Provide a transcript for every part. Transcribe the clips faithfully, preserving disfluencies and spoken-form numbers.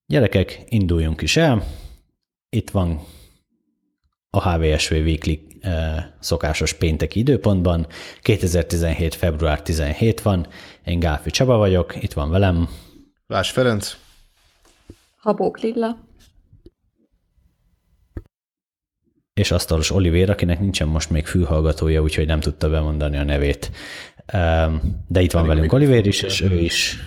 Gyerekek, induljunk is el. Itt van a há vé es vé Weekly eh, szokásos pénteki időpontban. kétezer-tizenhét. február tizenhetedike van. Én Gálfi Csaba vagyok, itt van velem. Lász Ferenc. Habók Lilla. És Asztalos Olivér, akinek nincsen most még fülhallgatója, úgyhogy nem tudta bemondani a nevét. De itt van Elég velünk Olivér is, és ő is.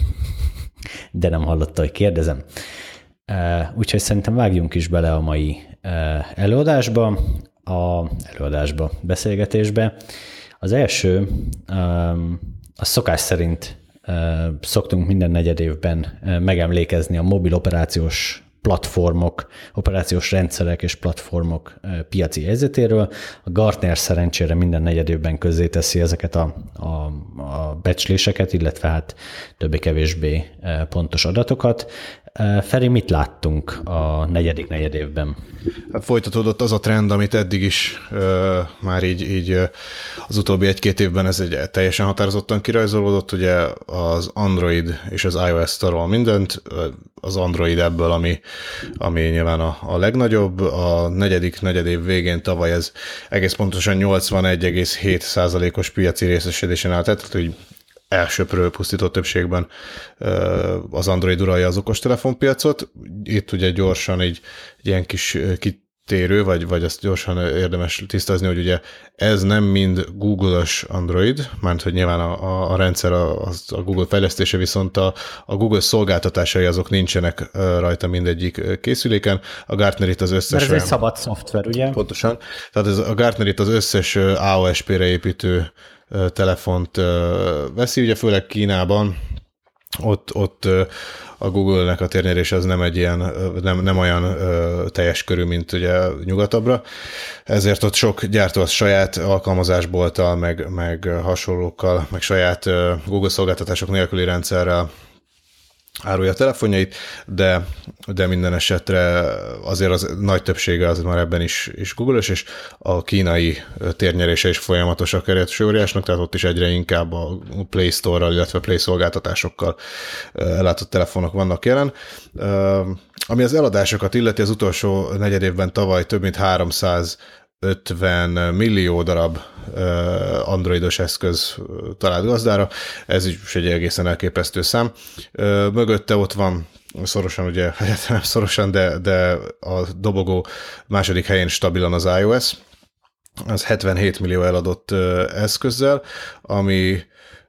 De nem hallotta, hogy kérdezem. Úgyhogy szerintem vágjunk is bele a mai előadásba, a előadásba, beszélgetésbe. Az első, a szokás szerint szoktunk minden negyed évben megemlékezni a mobil operációs platformok, operációs rendszerek és platformok piaci helyzetéről. A Gartner szerencsére minden negyed évben közzéteszi ezeket a, a, a becsléseket, illetve hát többé-kevésbé pontos adatokat. Feri, mit láttunk a negyedik negyed évben? Folytatódott az a trend, amit eddig is uh, már így, így uh, az utóbbi egy-két évben ez egy teljesen határozottan kirajzolódott, ugye az Android és az iOS tarol mindent, az Android ebből, ami, ami nyilván a, a legnagyobb, a negyedik negyedév végén tavaly ez egész pontosan nyolcvanegy egész hét százalékos piaci részesedésen állt, tehát hogy elsőprő pusztított többségben az Android uralja az okostelefonpiacot. Itt ugye gyorsan egy, egy ilyen kis kitérő, vagy, vagy azt gyorsan érdemes tisztázni, hogy ugye ez nem mind Google-ös Android, mert hogy nyilván a, a, a rendszer, a, a Google fejlesztése, viszont a, a Google szolgáltatásai azok nincsenek rajta mindegyik készüléken. A Gartner itt az összes... Mert ez egy szabad szoftver, ugye? Pontosan. Tehát ez, a Gartner itt az összes á o es pé-re építő telefont veszi, ugye főleg Kínában, ott, ott a Google-nek a térnyerése az nem egy ilyen, nem, nem olyan teljes körű, mint ugye nyugatabbra, ezért ott sok gyártó az saját alkalmazásbolttal, meg, meg hasonlókkal, meg saját Google szolgáltatások nélküli rendszerrel árulja a telefonjait, de, de minden esetre azért az nagy többsége az már ebben is, is Google-ös, és a kínai térnyerése is folyamatos a keresőóriásnak, tehát ott is egyre inkább a Play Store-ral, illetve Play szolgáltatásokkal ellátott telefonok vannak jelen. Ami az eladásokat illeti, az utolsó negyed évben tavaly több mint háromszázötven millió darab androidos eszköz talált gazdára, ez is egy egészen elképesztő szám. Mögötte ott van szorosan, ugye, nem szorosan, de, de a dobogó második helyén stabilan az iOS, az hetvenhét millió eladott eszközzel, ami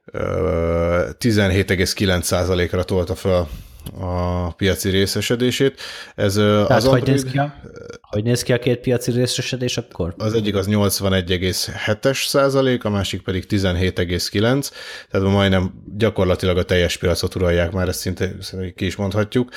tizenhét egész kilenc százalékra tolta fel a piaci részesedését. Ez Tehát az hogy, Android, néz ki a, hogy néz ki a két piaci részesedés akkor? Az egyik az nyolcvanegy egész hetes százalék, a másik pedig tizenhét egész kilenc, tehát majdnem gyakorlatilag a teljes piacot uralják, már ezt szinte, szinte ki is mondhatjuk.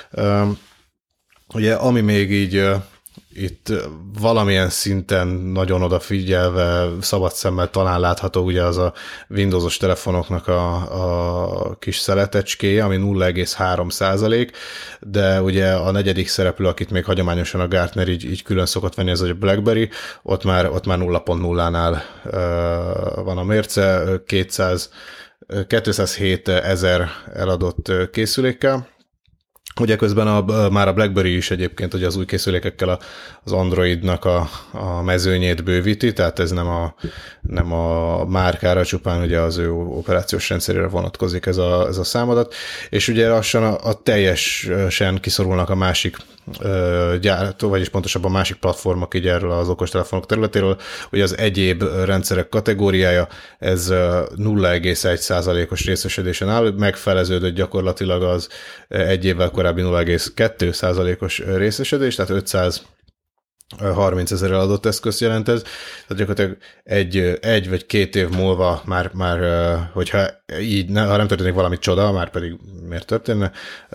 Ugye, ami még így itt valamilyen szinten nagyon odafigyelve, szabad szemmel talán látható, ugye az a Windowsos telefonoknak a, a kis szeletecskéje, ami nulla egész három százalék, de ugye a negyedik szereplő, akit még hagyományosan a Gartner így, így külön szokott venni, ez a BlackBerry, ott már, ott már nulla pont nullánál uh, van a mérce, kétszáz, kétszázhét ezer eladott készülékkel. Ugye közben a, már a BlackBerry is egyébként ugye az új készülékekkel az Androidnak a, a mezőnyét bővíti, tehát ez nem a, nem a márkára, csupán ugye az ő operációs rendszerére vonatkozik ez a, ez a számadat, és ugye lassan a, a teljesen kiszorulnak a másik gyártó, vagyis pontosabban a másik platformok így erről az okostelefonok területéről, hogy az egyéb rendszerek kategóriája, ez nulla egész egy százalékos részesedésen áll, megfeleződött gyakorlatilag az egy évvel korábbi nulla egész kettő százalékos részesedés, tehát ötszázharminc ezer eladott eszközt jelent ez, tehát gyakorlatilag egy, egy vagy két év múlva már, már hogyha így, ha nem történik valami csoda, már pedig miért történne,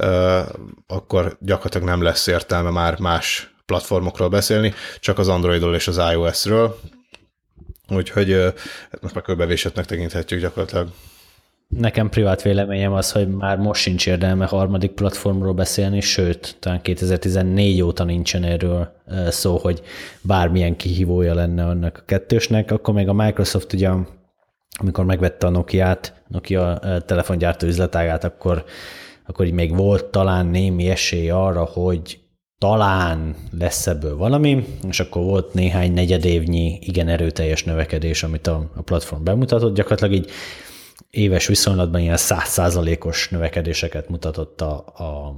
akkor gyakorlatilag nem lesz értelme már más platformokról beszélni, csak az Androidról és az iOS-ről, úgyhogy most már körbevésettnek tekinthetjük gyakorlatilag. Nekem privát véleményem az, hogy már most sincs érdelme harmadik platformról beszélni, sőt, talán kétezer-tizennégy óta nincsen erről szó, hogy bármilyen kihívója lenne annak a kettősnek. Akkor még a Microsoft ugye, amikor megvette a Nokiát, Nokia telefongyártó üzletágát, akkor akkor így még volt talán némi esély arra, hogy talán lesz ebből valami, és akkor volt néhány negyedévnyi igen erőteljes növekedés, amit a, a platform bemutatott. Gyakorlatilag így éves viszonylatban ilyen száz százalékos növekedéseket mutatott a, a,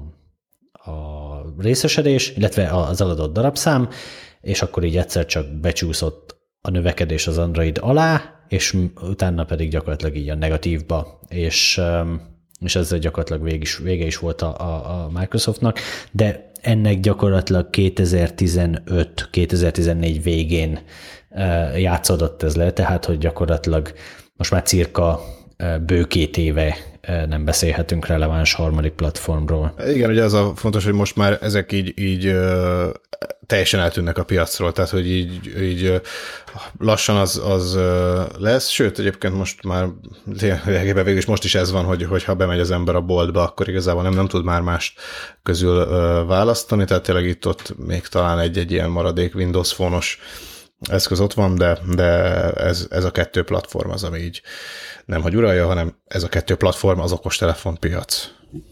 a részesedés, illetve az eladott darabszám, és akkor így egyszer csak becsúszott a növekedés az Android alá, és utána pedig gyakorlatilag így a negatívba, és, és ezzel gyakorlatilag vége is, vége is volt a, a, a Microsoftnak, de ennek gyakorlatilag kétezer-tizenöt kétezer-tizennégy végén játszódott ez le, tehát hogy gyakorlatilag most már cirka bő két éve nem beszélhetünk releváns harmadik platformról. Igen, ugye az a fontos, hogy most már ezek így, így teljesen eltűnnek a piacról, tehát hogy így, így lassan az, az lesz, sőt egyébként most már lényegében végül is most is ez van, hogy, hogy ha bemegy az ember a boltba, akkor igazából nem, nem tud már mást közül választani, tehát tényleg itt ott még talán egy-egy ilyen maradék Windows Phone-os eszköz ott van, de, de ez, ez a kettő platform az, ami így nem hogy uralja, hanem ez a kettő platform az okostelefonpiac.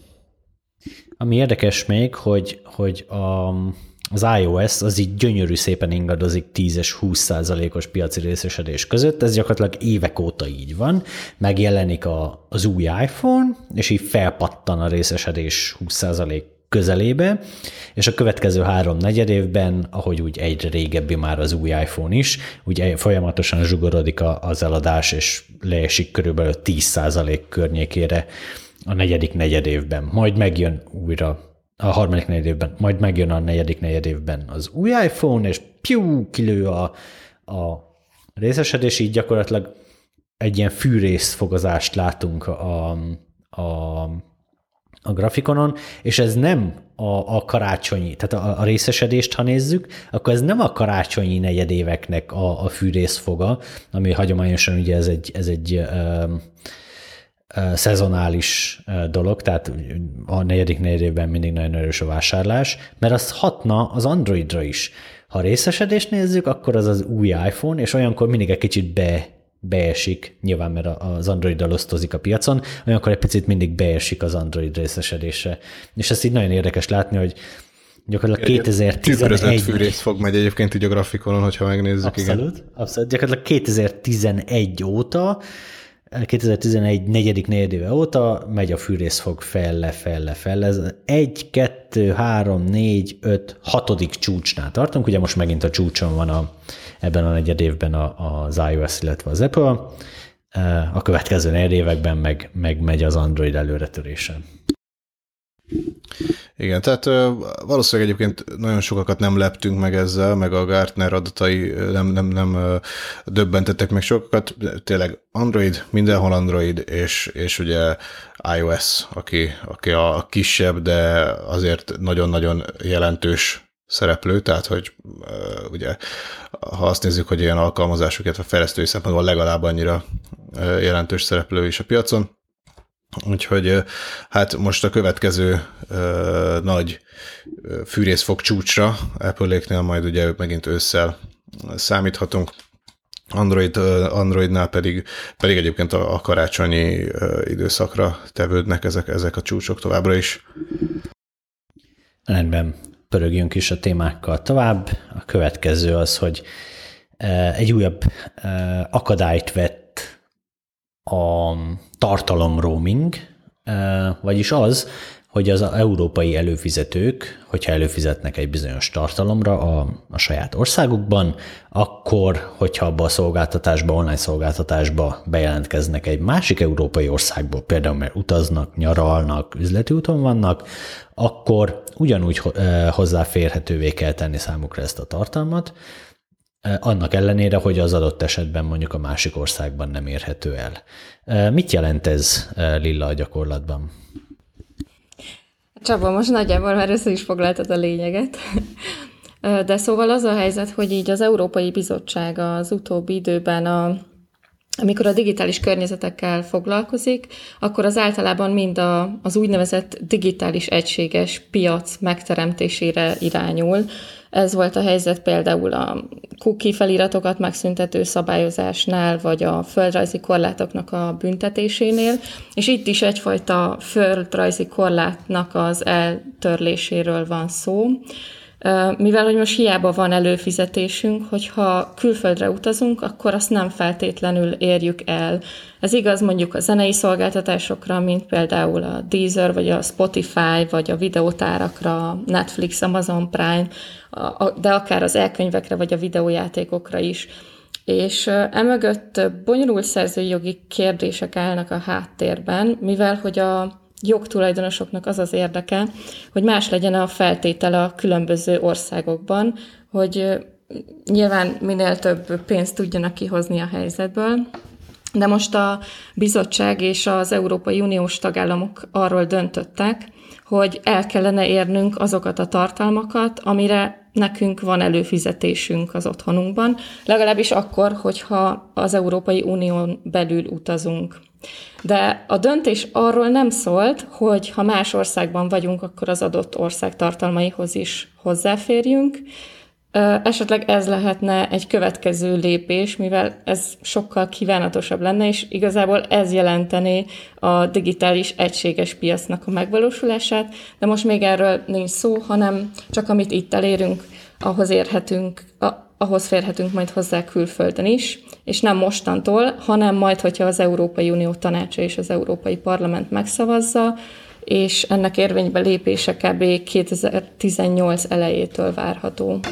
Ami érdekes még, hogy, hogy a, az iOS az így gyönyörű szépen ingadozik tíz-húsz százalékos piaci részesedés között, ez gyakorlatilag évek óta így van, megjelenik a, az új iPhone, és így felpattan a részesedés húsz százalék közelébe, és a következő három negyed évben, ahogy úgy egyre régebbi már az új iPhone is, úgy folyamatosan zsugorodik az eladás, és leesik körülbelül tíz százalék környékére a negyedik negyed évben. Majd megjön újra a harmadik negyed évben, majd megjön a negyedik negyed évben az új iPhone, és piu, kilő a, a részesedés, így gyakorlatilag egy ilyen fűrészfogazást látunk a, a a grafikonon, és ez nem a, a karácsonyi, tehát a, a részesedést, ha nézzük, akkor ez nem a karácsonyi negyedéveknek a, a fűrészfoga, ami hagyományosan ugye ez egy, ez egy ö, ö, szezonális dolog, tehát a negyedik negyedévben mindig nagyon erős a vásárlás, mert az hatna az Androidra is. Ha a részesedést nézzük, akkor az az új iPhone, és olyankor mindig egy kicsit be beesik, nyilván mert az Androiddal osztozik a piacon, olyankor egy picit mindig beesik az Android részesedése. És ezt így nagyon érdekes látni, hogy gyakorlatilag kétezer-tizenegy... Tükrözött fűrészfog megy egyébként így a grafikonon, hogyha megnézzük. Abszolút, igen. abszolút. Gyakorlatilag kétezer-tizenegy óta, kétezer-tizenegy negyedik negyedéve óta megy a fűrészfog felle, felle, felle. Ez egy, kettő, három, négy, öt, hatodik csúcsnál tartunk. Ugye most megint a csúcson van a ebben a negyed évben az iOS, illetve az Apple, a következő negyed években meg, meg megy az Android előretörése. Igen, tehát valószínűleg egyébként nagyon sokakat nem leptünk meg ezzel, meg a Gartner adatai nem, nem, nem döbbentettek meg sokakat. Tényleg Android, mindenhol Android, és, és ugye iOS, aki, aki a kisebb, de azért nagyon-nagyon jelentős szereplő, tehát hogy uh, ugye, ha azt nézzük, hogy ilyen alkalmazások, illetve fejlesztői szempontból legalább annyira uh, jelentős szereplő is a piacon. Úgyhogy uh, hát most a következő uh, nagy uh, fűrészfog csúcsra Apple-éknél majd ugye megint ősszel számíthatunk. Android, uh, Androidnál pedig, pedig egyébként a, a karácsonyi uh, időszakra tevődnek ezek, ezek a csúcsok továbbra is. Rendben. Pörögjünk is a témákkal tovább. A következő az, hogy egy újabb akadályt vett a tartalom roaming, vagyis az, hogy az európai előfizetők, hogyha előfizetnek egy bizonyos tartalomra a, a saját országukban, akkor, hogyha abba a szolgáltatásba, online szolgáltatásba bejelentkeznek egy másik európai országból, például mert utaznak, nyaralnak, üzleti úton vannak, akkor ugyanúgy hozzáférhetővé kell tenni számukra ezt a tartalmat, annak ellenére, hogy az adott esetben mondjuk a másik országban nem érhető el. Mit jelent ez, Lilla, a gyakorlatban? Csaba, most nagyjából már össze is foglaltad a lényeget. De szóval az a helyzet, hogy így az Európai Bizottság az utóbbi időben, a, amikor a digitális környezetekkel foglalkozik, akkor az általában mind a, az úgynevezett digitális egységes piac megteremtésére irányul. Ez volt a helyzet például a cookie feliratokat megszüntető szabályozásnál, vagy a földrajzi korlátoknak a büntetésénél, és itt is egyfajta földrajzi korlátnak az eltörléséről van szó. Mivel, hogy most hiába van előfizetésünk, hogyha külföldre utazunk, akkor azt nem feltétlenül érjük el. Ez igaz mondjuk a zenei szolgáltatásokra, mint például a Deezer, vagy a Spotify, vagy a videótárakra, Netflix, Amazon Prime, de akár az elkönyvekre, vagy a videójátékokra is. És emögött bonyolult szerzői jogi kérdések állnak a háttérben, mivel hogy a jogtulajdonosoknak az az érdeke, hogy más legyen a feltétele a különböző országokban, hogy nyilván minél több pénzt tudjanak kihozni a helyzetből, de most a bizottság és az Európai Uniós tagállamok arról döntöttek, hogy el kellene érnünk azokat a tartalmakat, amire nekünk van előfizetésünk az otthonunkban, legalábbis akkor, hogyha az Európai Unión belül utazunk. De a döntés arról nem szólt, hogy ha más országban vagyunk, akkor az adott ország tartalmaihoz is hozzáférjünk. Esetleg ez lehetne egy következő lépés, mivel ez sokkal kívánatosabb lenne, és igazából ez jelentené a digitális egységes piacnak a megvalósulását, de most még erről nincs szó, hanem csak amit itt elérünk, ahhoz érhetünk, ahhoz férhetünk majd hozzá külföldön is, és nem mostantól, hanem majd, hogyha az Európai Unió Tanácsa és az Európai Parlament megszavazza, és ennek érvénybe lépése kb. kétezer-tizennyolc elejétől várható.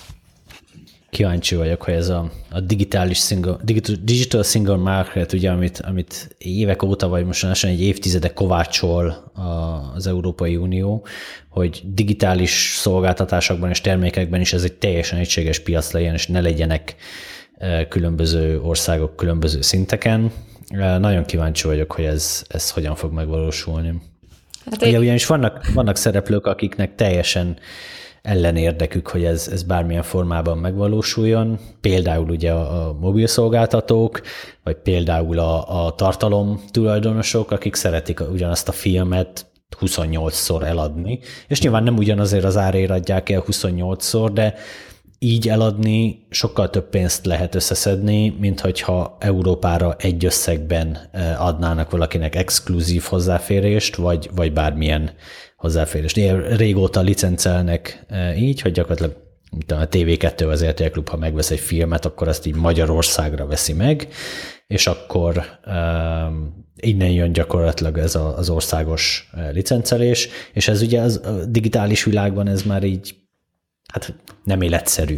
Kíváncsi vagyok, hogy ez a, a digitális single, digital single market, ugye, amit, amit évek óta, vagy most lassan egy évtizede kovácsol az Európai Unió, hogy digitális szolgáltatásokban és termékekben is ez egy teljesen egységes piac legyen, és ne legyenek különböző országok különböző szinteken. Nagyon kíváncsi vagyok, hogy ez, ez hogyan fog megvalósulni. Hát ugye, ugyanis vannak, vannak szereplők, akiknek teljesen ellenérdekük, hogy ez, ez bármilyen formában megvalósuljon. Például ugye a, a mobilszolgáltatók, vagy például a, a tartalom tulajdonosok, akik szeretik ugyanazt a filmet huszonnyolcszor eladni. És nyilván nem ugyanazért az árért adják el huszonnyolcszor, de így eladni sokkal több pénzt lehet összeszedni, mint hogyha Európára egy összegben adnának valakinek exkluzív hozzáférést, vagy, vagy bármilyen hozzáférést. Ilyen régóta licencelnek így, hogy gyakorlatilag a té vé kettő az er té el Klub, ha megvesz egy filmet, akkor azt így Magyarországra veszi meg, és akkor um, innen jön gyakorlatilag ez a, az országos licencelés, és ez ugye az, a digitális világban ez már így hát nem életszerű.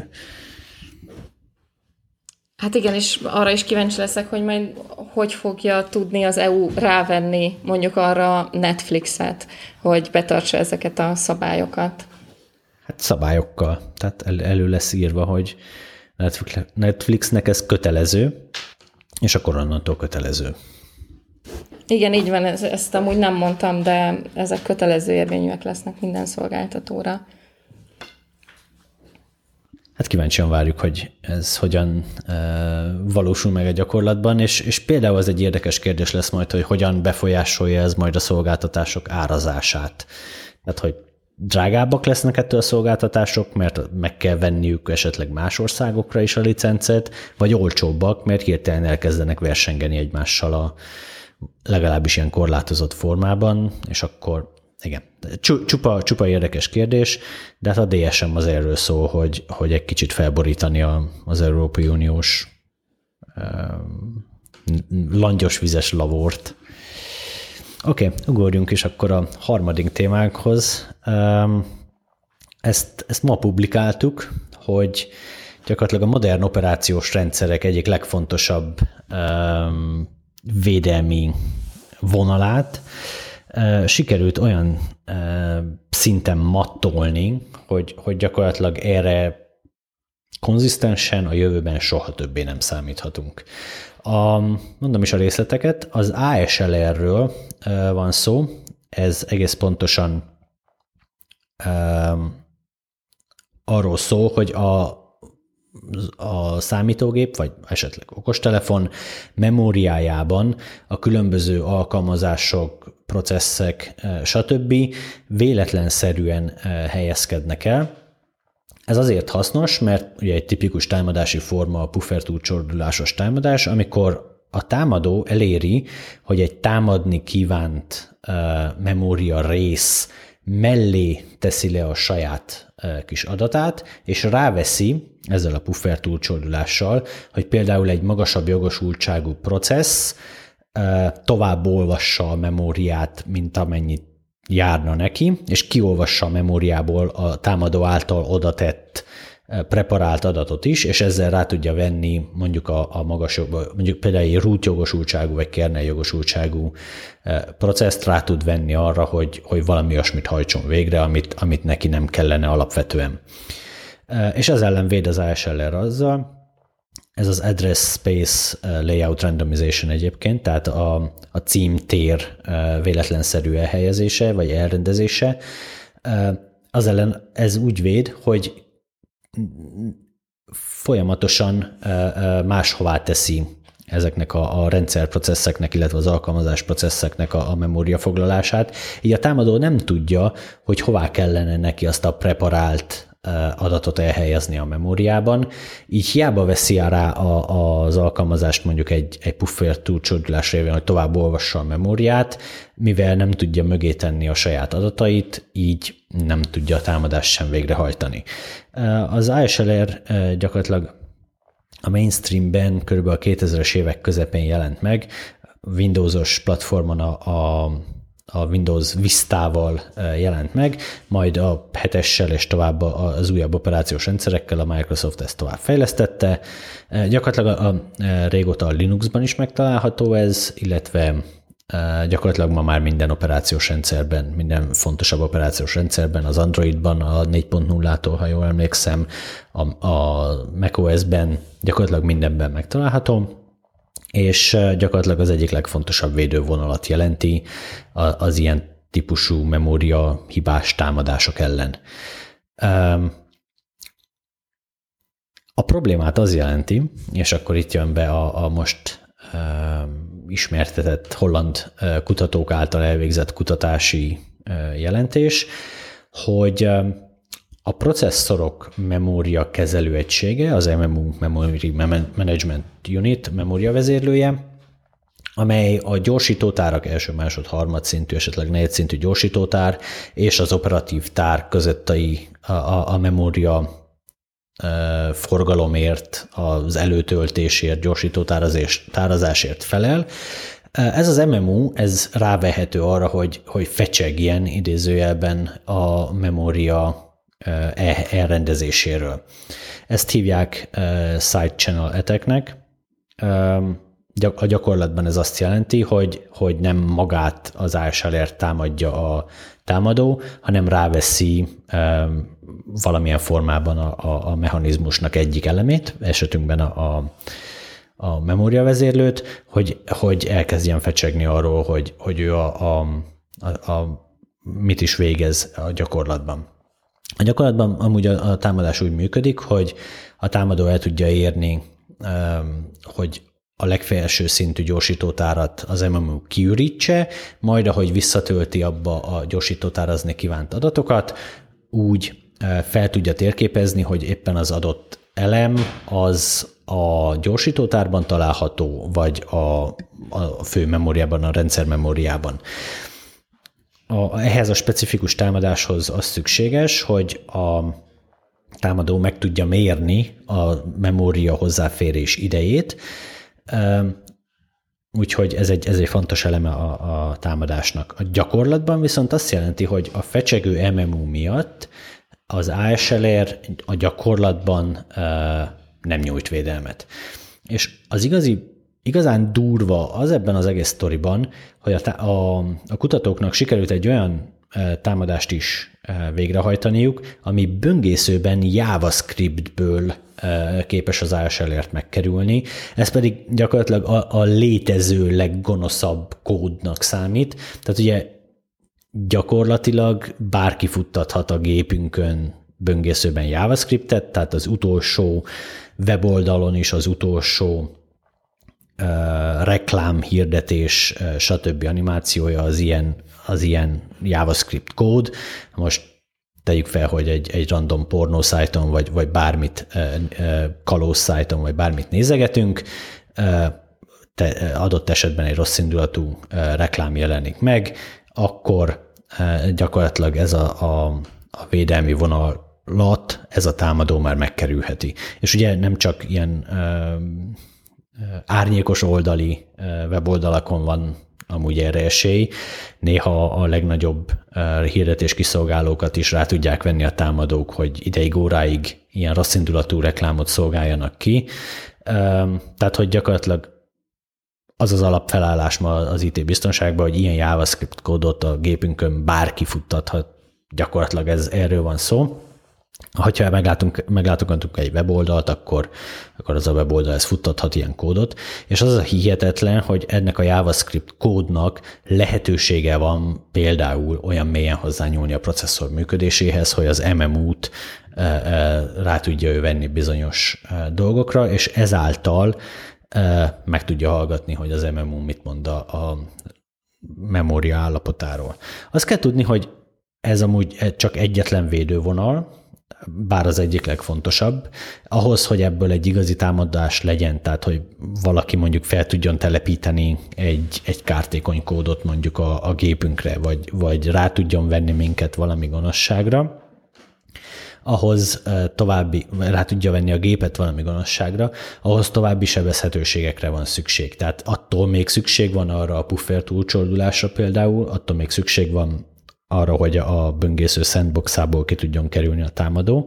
Hát igen, és arra is kíváncsi leszek, hogy majd hogy fogja tudni az é u rávenni mondjuk arra Netflixet, hogy betartsa ezeket a szabályokat. Hát szabályokkal. Tehát el, elő lesz írva, hogy Netflixnek ez kötelező, és akkor onnantól kötelező. Igen, így van, ezt amúgy nem mondtam, de ezek kötelező érvényűek lesznek minden szolgáltatóra. Hát kíváncsian várjuk, hogy ez hogyan e, valósul meg a gyakorlatban, és, és például ez egy érdekes kérdés lesz majd, hogy hogyan befolyásolja ez majd a szolgáltatások árazását. Tehát, hogy drágábbak lesznek ettől a szolgáltatások, mert meg kell venniük esetleg más országokra is a licencet, vagy olcsóbbak, mert hirtelen elkezdenek versengeni egymással a legalábbis ilyen korlátozott formában, és akkor igen, csupa, csupa érdekes kérdés, de hát a dé es em az erről szól, hogy, hogy egy kicsit felborítani a, az Európai Uniós um, langyos vizes lavort. Oké, okay, ugorjunk is akkor a harmadik témánkhoz. Um, ezt, ezt ma publikáltuk, hogy gyakorlatilag a modern operációs rendszerek egyik legfontosabb um, védelmi vonalát sikerült olyan szinten mattolni, hogy, hogy gyakorlatilag erre konzisztensen a jövőben soha többé nem számíthatunk. A, mondom is a részleteket, az á es el er-ről van szó, ez egész pontosan arról szól, hogy a a számítógép, vagy esetleg okostelefon memóriájában a különböző alkalmazások, processzek, stb. Véletlenszerűen helyezkednek el, Ez azért hasznos, mert ugye egy tipikus támadási forma a puffer túlcsordulásos támadás, amikor a támadó eléri, hogy egy támadni kívánt uh, memória rész mellé teszi le a saját uh, kis adatát, és ráveszi ezzel a puffer túlcsordulással, hogy például egy magasabb jogosultságú processz uh, tovább olvassa a memóriát, mint amennyit járna neki, és kiolvassa a memóriából a támadó által odatett preparált adatot is, és ezzel rá tudja venni mondjuk a, a magas, mondjuk például egy root jogosultságú vagy kernel jogosultságú processzt rá tud venni arra, hogy, hogy valami olyasmit hajtson végre, amit, amit neki nem kellene alapvetően. És ez ellen véd az á es el er azzal, ez az Address Space Layout Randomization egyébként, tehát a, a címtér véletlenszerű elhelyezése vagy elrendezése. Az ellen ez úgy véd, hogy folyamatosan máshová teszi ezeknek a, a rendszerprocesszeknek, illetve az alkalmazás processzeknek a, a memóriafoglalását. Így a támadó nem tudja, hogy hová kellene neki azt a preparált adatot elhelyezni a memóriában, így hiába veszi rá a, az alkalmazást mondjuk egy, egy puffer túlcsordulás révén, hogy tovább olvassa a memóriát, mivel nem tudja mögé tenni a saját adatait, így nem tudja a támadást sem végrehajtani. Az á es el er gyakorlatilag a mainstreamben körülbelül a kétezres évek közepén jelent meg, Windowsos platformon a, a a Windows Vista-val jelent meg, majd a hetessel és tovább az újabb operációs rendszerekkel a Microsoft ezt tovább fejlesztette. Gyakorlatilag a, a, régóta a Linuxban is megtalálható ez, illetve gyakorlatilag ma már minden operációs rendszerben, minden fontosabb operációs rendszerben, az Androidban, a négy pont nullától, ha jól emlékszem, a, a macOS-ben, gyakorlatilag mindenben megtalálható, és gyakorlatilag az egyik legfontosabb védővonalat jelenti az ilyen típusú memória hibás támadások ellen. A problémát az jelenti, és akkor itt jön be a, a most ismertetett holland kutatók által elvégzett kutatási jelentés, hogy a processzorok memória kezelő egysége, az em em u Memory Management Unit memóriavezérlője, amely a gyorsítótárak első, másod, harmad szintű, esetleg negyed szintű gyorsítótár és az operatív tár közötti a, a, a memória e, forgalomért, az előtöltésért, gyorsítótárazásért felel. Ez az em em u, ez rávehető arra, hogy, hogy fecsegjen idézőjelben a memória elrendezéséről. Ezt hívják side channel attack-nek. A gyakorlatban ez azt jelenti, hogy, hogy nem magát az á es el er támadja a támadó, hanem ráveszi valamilyen formában a, a, a mechanizmusnak egyik elemét, esetünkben a, a, a memóriavezérlőt, hogy, hogy elkezdjen fecsegni arról, hogy, hogy ő a, a, a, a mit is végez a gyakorlatban. A gyakorlatban amúgy a, a támadás úgy működik, hogy a támadó el tudja érni, hogy a legfelső szintű gyorsítótárat az em em u kiürítse, majd ahogy visszatölti abba a gyorsítótárazni kívánt adatokat, úgy fel tudja térképezni, hogy éppen az adott elem az a gyorsítótárban található, vagy a, a fő memóriában, a rendszer memóriában. A, ehhez a specifikus támadáshoz az szükséges, hogy a támadó meg tudja mérni a memória hozzáférés idejét, úgyhogy ez egy, ez egy fontos eleme a, a támadásnak. A gyakorlatban viszont azt jelenti, hogy a fecsegő em em u miatt az á es el er a gyakorlatban nem nyújt védelmet. És az igazi Igazán durva az ebben az egész sztoriban, hogy a, a, a kutatóknak sikerült egy olyan e, támadást is e, végrehajtaniuk, ami böngészőben JavaScriptből e, képes az á es el ert megkerülni, ez pedig gyakorlatilag a, a létező leggonoszabb kódnak számít. Tehát ugye gyakorlatilag bárki futtathat a gépünkön böngészőben JavaScriptet, tehát az utolsó weboldalon is az utolsó Uh, reklám, hirdetés, uh, stb. Animációja az ilyen, az ilyen JavaScript kód. Most tegyük fel, hogy egy, egy random pornószájton, vagy, vagy bármit kalóz szájton, vagy bármit nézegetünk, te, adott esetben egy rosszindulatú reklám jelenik meg, akkor gyakorlatilag ez a, a, a védelmi vonalat ez a támadó már megkerülheti. És ugye nem csak ilyen árnyékos oldali weboldalakon van amúgy erre esély. Néha a legnagyobb hirdetés kiszolgálókat is rá tudják venni a támadók, hogy ideig, óráig ilyen rosszindulatú reklámot szolgáljanak ki. Tehát, hogy gyakorlatilag az az alapfelállás ma az í té biztonságban, hogy ilyen JavaScript kódot a gépünkön bárki futtathat. Gyakorlatilag ez, erről van szó. Ha meglátunk, meglátogatunk egy weboldalt, akkor, akkor az a weboldal ez futtathat ilyen kódot, és az a hihetetlen, hogy ennek a JavaScript kódnak lehetősége van például olyan mélyen hozzányúlni a processzor működéséhez, hogy az em em u-t rá tudja ő venni bizonyos dolgokra, és ezáltal meg tudja hallgatni, hogy az em em u mit mond a, a memória állapotáról. Azt kell tudni, hogy ez amúgy csak egyetlen védővonal, bár az egyik legfontosabb, ahhoz, hogy ebből egy igazi támadás legyen, tehát hogy valaki mondjuk fel tudjon telepíteni egy, egy kártékony kódot mondjuk a, a gépünkre, vagy, vagy rá tudjon venni minket valami gonoszságra, ahhoz további, rá tudja venni a gépet valami gonoszságra, ahhoz további sebezhetőségekre van szükség. Tehát attól még szükség van arra a puffer túlcsordulásra például, attól még szükség van arra, hogy a böngésző sandboxából ki tudjon kerülni a támadó,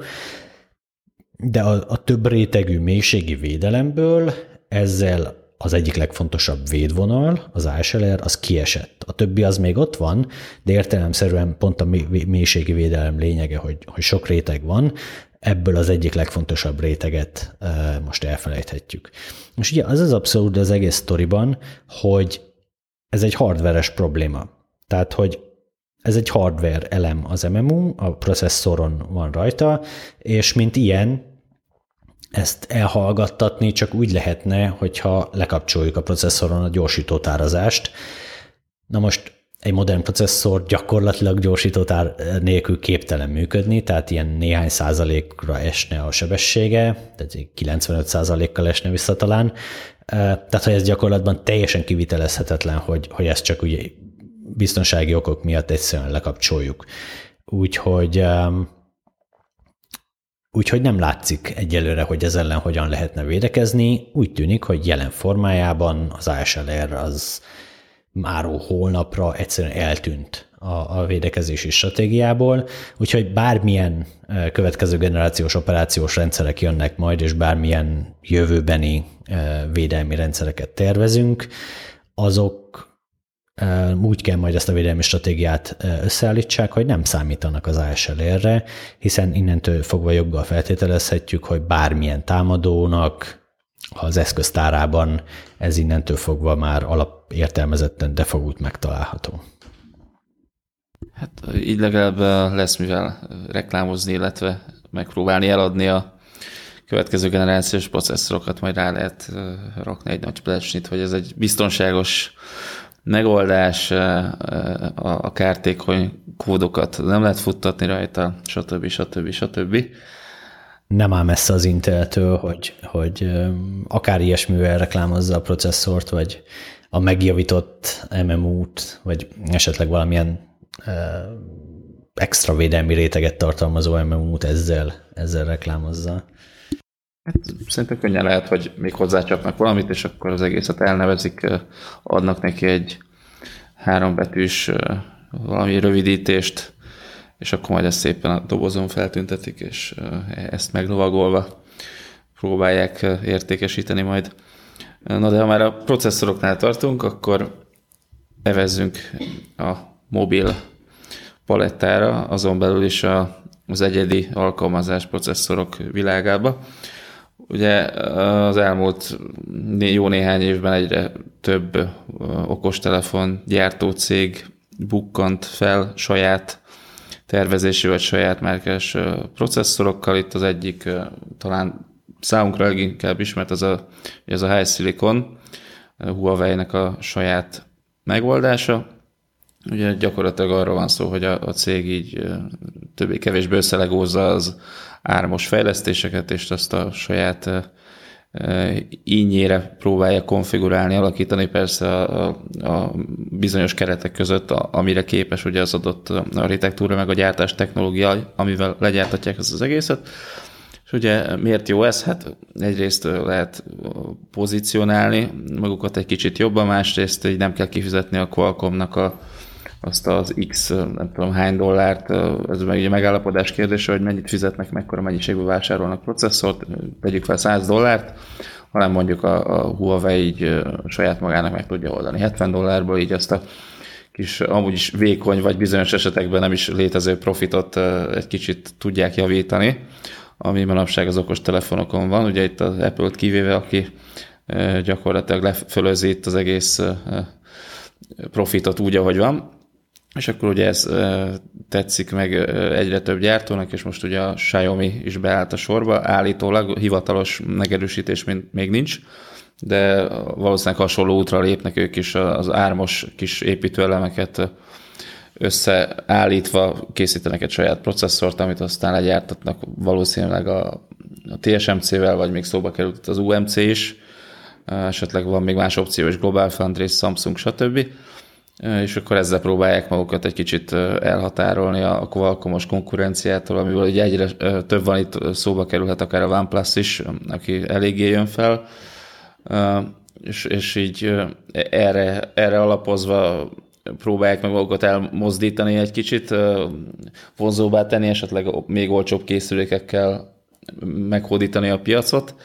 de a, a több rétegű mélységi védelemből ezzel az egyik legfontosabb védvonal, az á es el er, az kiesett. A többi az még ott van, de értelemszerűen pont a mélységi védelem lényege, hogy, hogy sok réteg van, ebből az egyik legfontosabb réteget e, most elfelejthetjük. És ugye az az abszurd az egész sztoriban, hogy ez egy hardveres probléma. Tehát, hogy ez egy hardware elem az em em u, a processzoron van rajta, és mint ilyen, ezt elhallgattatni csak úgy lehetne, hogyha lekapcsoljuk a processzoron a gyorsítótárazást. Na most egy modern processzor gyakorlatilag gyorsítótár nélkül képtelen működni, tehát ilyen néhány százalékra esne a sebessége, tehát kilencvenöt százalékkal esne vissza talán. Tehát, hogy ez gyakorlatban teljesen kivitelezhetetlen, hogy, hogy ezt csak ugye biztonsági okok miatt egyszerűen lekapcsoljuk. Úgyhogy, úgyhogy nem látszik egyelőre, hogy ez ellen hogyan lehetne védekezni. Úgy tűnik, hogy jelen formájában az á es el er az máról holnapra egyszerűen eltűnt a, a védekezési stratégiából, úgyhogy bármilyen következő generációs operációs rendszerek jönnek majd, és bármilyen jövőbeni védelmi rendszereket tervezünk, azok úgy kell majd ezt a védelmi stratégiát összeállítsák, hogy nem számítanak az á es el er-re, hiszen innentől fogva joggal feltételezhetjük, hogy bármilyen támadónak az eszköztárában ez innentől fogva már alapértelmezetten default megtalálható. Hát így legalább lesz mivel reklámozni, illetve megpróbálni eladni a következő generációs processzorokat, majd rá lehet rakni egy nagy plecsnit, hogy ez egy biztonságos megoldás, a kártékony kódokat nem lehet futtatni rajta, stb. stb. stb. Nem áll messze az Inteltől, hogy, hogy akár ilyesmivel reklámozza a processzort, vagy a megjavított em em u-t, vagy esetleg valamilyen extra védelmi réteget tartalmazó em em u-t ezzel, ezzel reklámozza. Hát, szerintem könnyen lehet, hogy még hozzácsapnak valamit, és akkor az egészet elnevezik, adnak neki egy hárombetűs valami rövidítést, és akkor majd ezt szépen a dobozon feltüntetik, és ezt meglovagolva próbálják értékesíteni majd. Na de ha már a processzoroknál tartunk, akkor evezzünk a mobil palettára, azon belül is a, az egyedi alkalmazás processzorok világába. Ugye az elmúlt jó néhány évben egyre több okostelefon gyártócég bukkant fel saját tervezésű vagy saját márkás processzorokkal. Itt az egyik talán számunkra leginkább ismert az a, az a HiSilicon, Huawei-nek a saját megoldása. ugye gyakorlatilag arról van szó, hogy a, a cég így többé-kevésbé összelegózza az ármos fejlesztéseket, és azt a saját ínyére próbálja konfigurálni, alakítani persze a, a, a bizonyos keretek között, a, amire képes ugye az adott architektúra, meg a gyártás technológia, amivel legyártatják ezt az egészet. És ugye miért jó ez? Hát egyrészt lehet pozícionálni magukat egy kicsit jobban, másrészt így nem kell kifizetni a Qualcommnak a, azt az X, nem tudom hány dollárt, ez meg ugye megállapodás kérdése, hogy mennyit fizetnek, mekkora mennyiségben vásárolnak processzort, tegyük fel száz dollárt, hanem mondjuk a, a Huawei így saját magának meg tudja oldani hetven dollárból, így azt a kis amúgy is vékony, vagy bizonyos esetekben nem is létező profitot egy kicsit tudják javítani, ami manapság az okos telefonokon van. Ugye itt az Apple-t kivéve, aki gyakorlatilag lefölözi itt az egész profitot úgy, ahogy van. És akkor ugye ez tetszik meg egyre több gyártónak, és most ugye a Xiaomi is beállt a sorba. Állítólag hivatalos megerősítés még nincs, de valószínűleg hasonló útra lépnek ők is, az ármos kis építőelemeket összeállítva készítenek egy saját processzort, amit aztán legyártatnak valószínűleg a, a té es em cé-vel, vagy még szóba került az u em cé is, esetleg van még más opció is, GlobalFoundries, Samsung, stb. És akkor ezzel próbálják magukat egy kicsit elhatárolni a Qualcomm-os konkurenciától, amiből ugye egyre több van itt, szóba kerülhet akár a OnePlus is, aki eléggé jön fel, és, és így erre, erre alapozva próbálják meg magukat elmozdítani egy kicsit, vonzóbbá tenni, esetleg még olcsóbb készülékekkel meghódítani a piacot.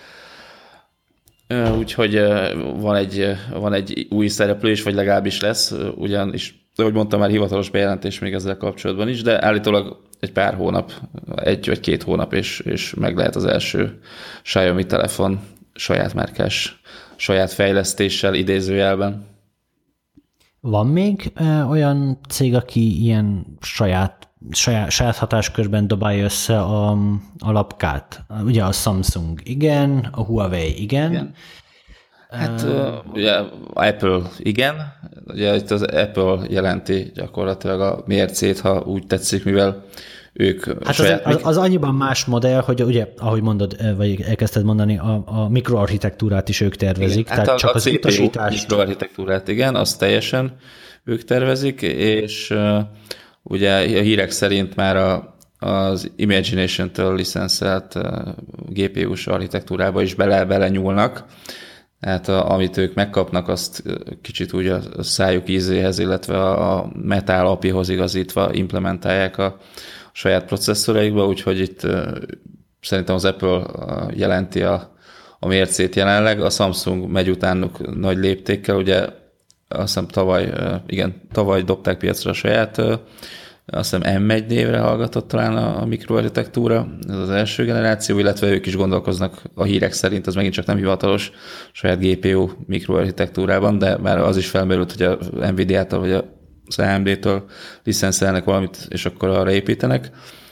Úgyhogy van egy, van egy új szereplő is, vagy legalábbis lesz, ugyanis, ahogy mondtam, már hivatalos bejelentés még ezzel kapcsolatban is, de állítólag egy pár hónap, egy vagy két hónap, és, és meg lehet az első Xiaomi telefon saját márkás, saját fejlesztéssel, idézőjelben. Van még ö, olyan cég, aki ilyen saját, saját, saját hatáskörben dobálja össze a alapkát? Ugye a Samsung igen, a Huawei igen. igen. Hát uh, ugye Apple igen, ugye itt az Apple jelenti gyakorlatilag a mércét, ha úgy tetszik, mivel ők hát saját... Az, az, az annyiban más modell, hogy ugye, ahogy mondod, vagy elkezdted mondani, a, a mikroarchitektúrát is ők tervezik, igen, tehát hát csak a az cé pé u utasítást... mikroarchitektúrát, igen, azt teljesen ők tervezik, és uh, ugye a hírek szerint már a, az Imagination-től licenszelt uh, gé pé u-s architektúrába is bele, bele nyúlnak, tehát a, amit ők megkapnak, azt kicsit úgy a, a szájuk ízéhez, illetve a, a Metal á pé i-hoz igazítva implementálják a saját processzoraikba, úgyhogy itt uh, szerintem az Apple uh, jelenti a, a mércét jelenleg, a Samsung megy utánuk nagy léptékkel, ugye azt hiszem tavaly, uh, igen, tavaly dobták piacra a saját, uh, azt hiszem em egy névre hallgatott talán a, a mikroarchitektúra, ez az első generáció, illetve ők is gondolkoznak a hírek szerint, az megint csak nem hivatalos saját gé pé u mikroarchitektúrában, de már az is felmerült, hogy a Nvidia-tól vagy az á em dé-től licenszelnek valamit, és akkor arra építenek.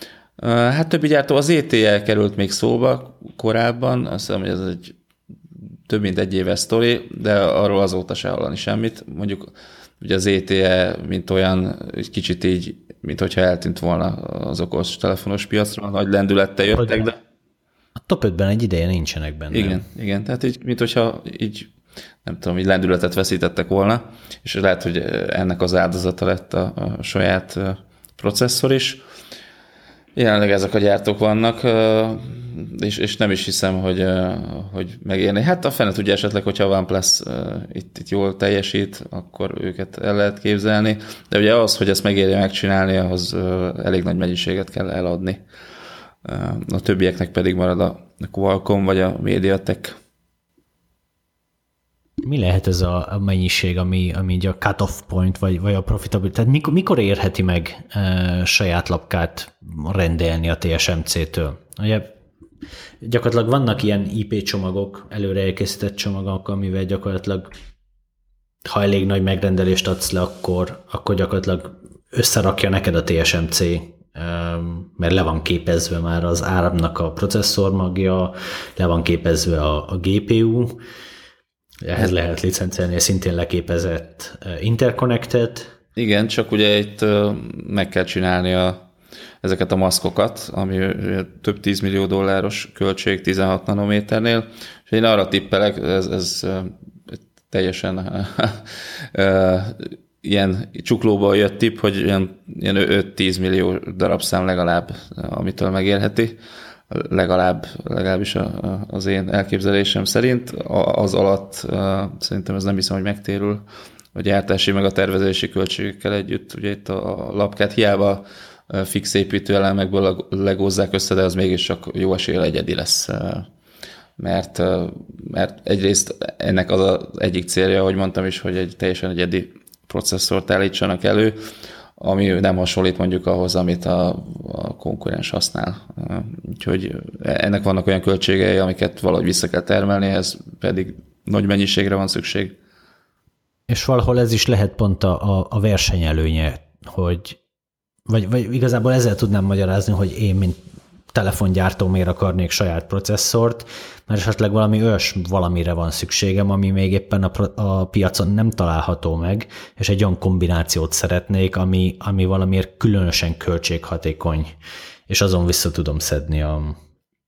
Hát többi gyártó, az zé té e került még szóba korábban, azt hiszem, hogy ez egy több mint egy éves sztori, de arról azóta se hallani semmit. Mondjuk ugye az zé té e, mint olyan, egy kicsit így, mint hogyha eltűnt volna az okos telefonos piacra, nagy lendülettel jöttek, de... A top ötben egy ideje nincsenek benne. Igen, igen, tehát így, mint hogyha így, nem tudom, így lendületet veszítettek volna, és lehet, hogy ennek az áldozata lett a, a saját processzor is. Jelenleg ezek a gyártók vannak, és, és nem is hiszem, hogy, hogy megérni. Hát a fene tudja esetleg, hogyha a OnePlus itt, itt jól teljesít, akkor őket el lehet képzelni, de ugye az, hogy ezt megérje megcsinálni, ahhoz elég nagy mennyiséget kell eladni. A többieknek pedig marad a Qualcomm vagy a MediaTek. Mi lehet ez a mennyiség, ami, ami a cut-off point, vagy, vagy a profitability? Tehát mikor, mikor érheti meg e, saját lapkát rendelni a té es em cé-től? Ugye gyakorlatilag vannak ilyen i pé csomagok, előre elkészített csomagok, amivel gyakorlatilag ha elég nagy megrendelést adsz le, akkor, akkor gyakorlatilag összerakja neked a té es em cé, mert le van képezve már az áramnak a processzor magja, le van képezve a, a gé pé u, ehhez lehet licencelni szintén leképezett interconnected, Igen, csak ugye itt meg kell csinálni a, ezeket a maszkokat, ami több tízmillió dolláros költség tizenhat nanométernél, és én arra tippelek, ez, ez teljesen ilyen csuklóból jött tipp, hogy ilyen, ilyen öt-tíz millió darabszám legalább, amitől megélheti, legalább, legalábbis a, az én elképzelésem szerint. Az alatt szerintem ez nem hiszem, hogy megtérül a gyártási meg a tervezési költségekkel együtt. Ugye itt a lapkát hiába fix építőelemekből legózzák össze, de az mégiscsak jó eséllyel egyedi lesz. Mert, mert egyrészt ennek az az egyik célja, ahogy mondtam is, hogy egy teljesen egyedi processzort állítsanak elő, ami nem hasonlít mondjuk ahhoz, amit a, a konkurens használ. Úgyhogy ennek vannak olyan költségei, amiket valahogy vissza kell termelni, ehhez pedig nagy mennyiségre van szükség. És valahol ez is lehet pont a, a versenyelőnye, hogy vagy, vagy igazából ezzel tudnám magyarázni, hogy én, mint telefongyártó miért akarnék saját processzort, mert esetleg valami olyas valamire van szükségem, ami még éppen a, a piacon nem található meg, és egy olyan kombinációt szeretnék, ami, ami valamiért különösen költséghatékony, és azon vissza tudom szedni a...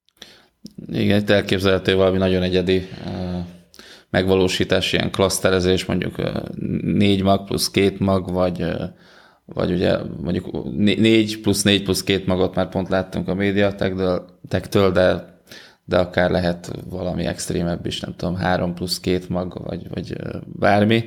Igen, itt elképzelhető valami nagyon egyedi megvalósítás, ilyen klaszterezés, mondjuk négy mag plusz két mag, vagy vagy ugye mondjuk négy plusz négy plusz két magot már pont láttunk a MediaTek-től, de, de akár lehet valami extrémebb is, nem tudom, három plusz két mag, vagy, vagy bármi.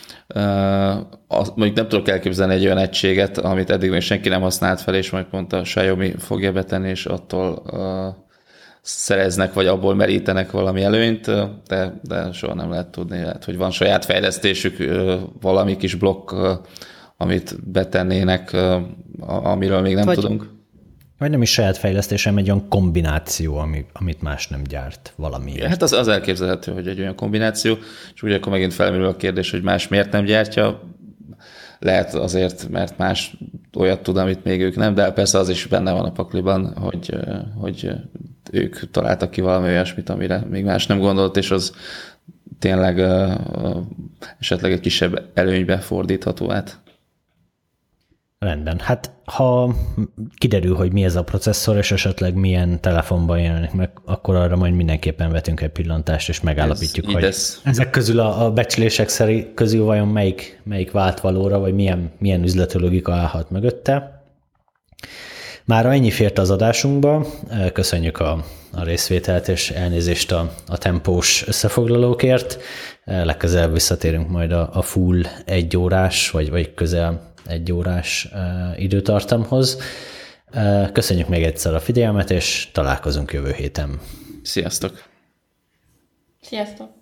Azt mondjuk nem tudok elképzelni egy olyan egységet, amit eddig még senki nem használt fel, és majd pont a Xiaomi fogja betenni, és attól szereznek, vagy abból merítenek valami előnyt, de, de soha nem lehet tudni. Lehet, hogy van saját fejlesztésük, valami kis blokk, amit betennének, amiről még nem vagy, tudunk. Vagy nem is saját fejlesztésem, egy olyan kombináció, ami, amit más nem gyárt valamiért. Ja, hát az, az elképzelhető, hogy egy olyan kombináció, és ugye akkor megint felmerül a kérdés, hogy más miért nem gyártja. Lehet azért, mert más olyat tud, amit még ők nem, de persze az is benne van a pakliban, hogy, hogy ők találtak ki valami olyasmit, amire még más nem gondolt, és az tényleg esetleg egy kisebb előnybe fordítható át. Rendben. Hát ha kiderül, hogy mi ez a processzor, és esetleg milyen telefonban jelenik meg, akkor arra majd mindenképpen vetünk egy pillantást, és megállapítjuk, ez, hogy ez. ezek közül a, a becslések szerint közül vajon melyik, melyik vált valóra, vagy milyen, milyen üzleti logika állhat mögötte. Mára ennyi fért az adásunkba. Köszönjük a, a részvételt, és elnézést a, a tempós összefoglalókért. Legközelebb visszatérünk majd a, a full egy órás, vagy, vagy közel egy órás uh, időtartamhoz. Uh, köszönjük még egyszer a figyelmet, és találkozunk jövő héten. Sziasztok! Sziasztok!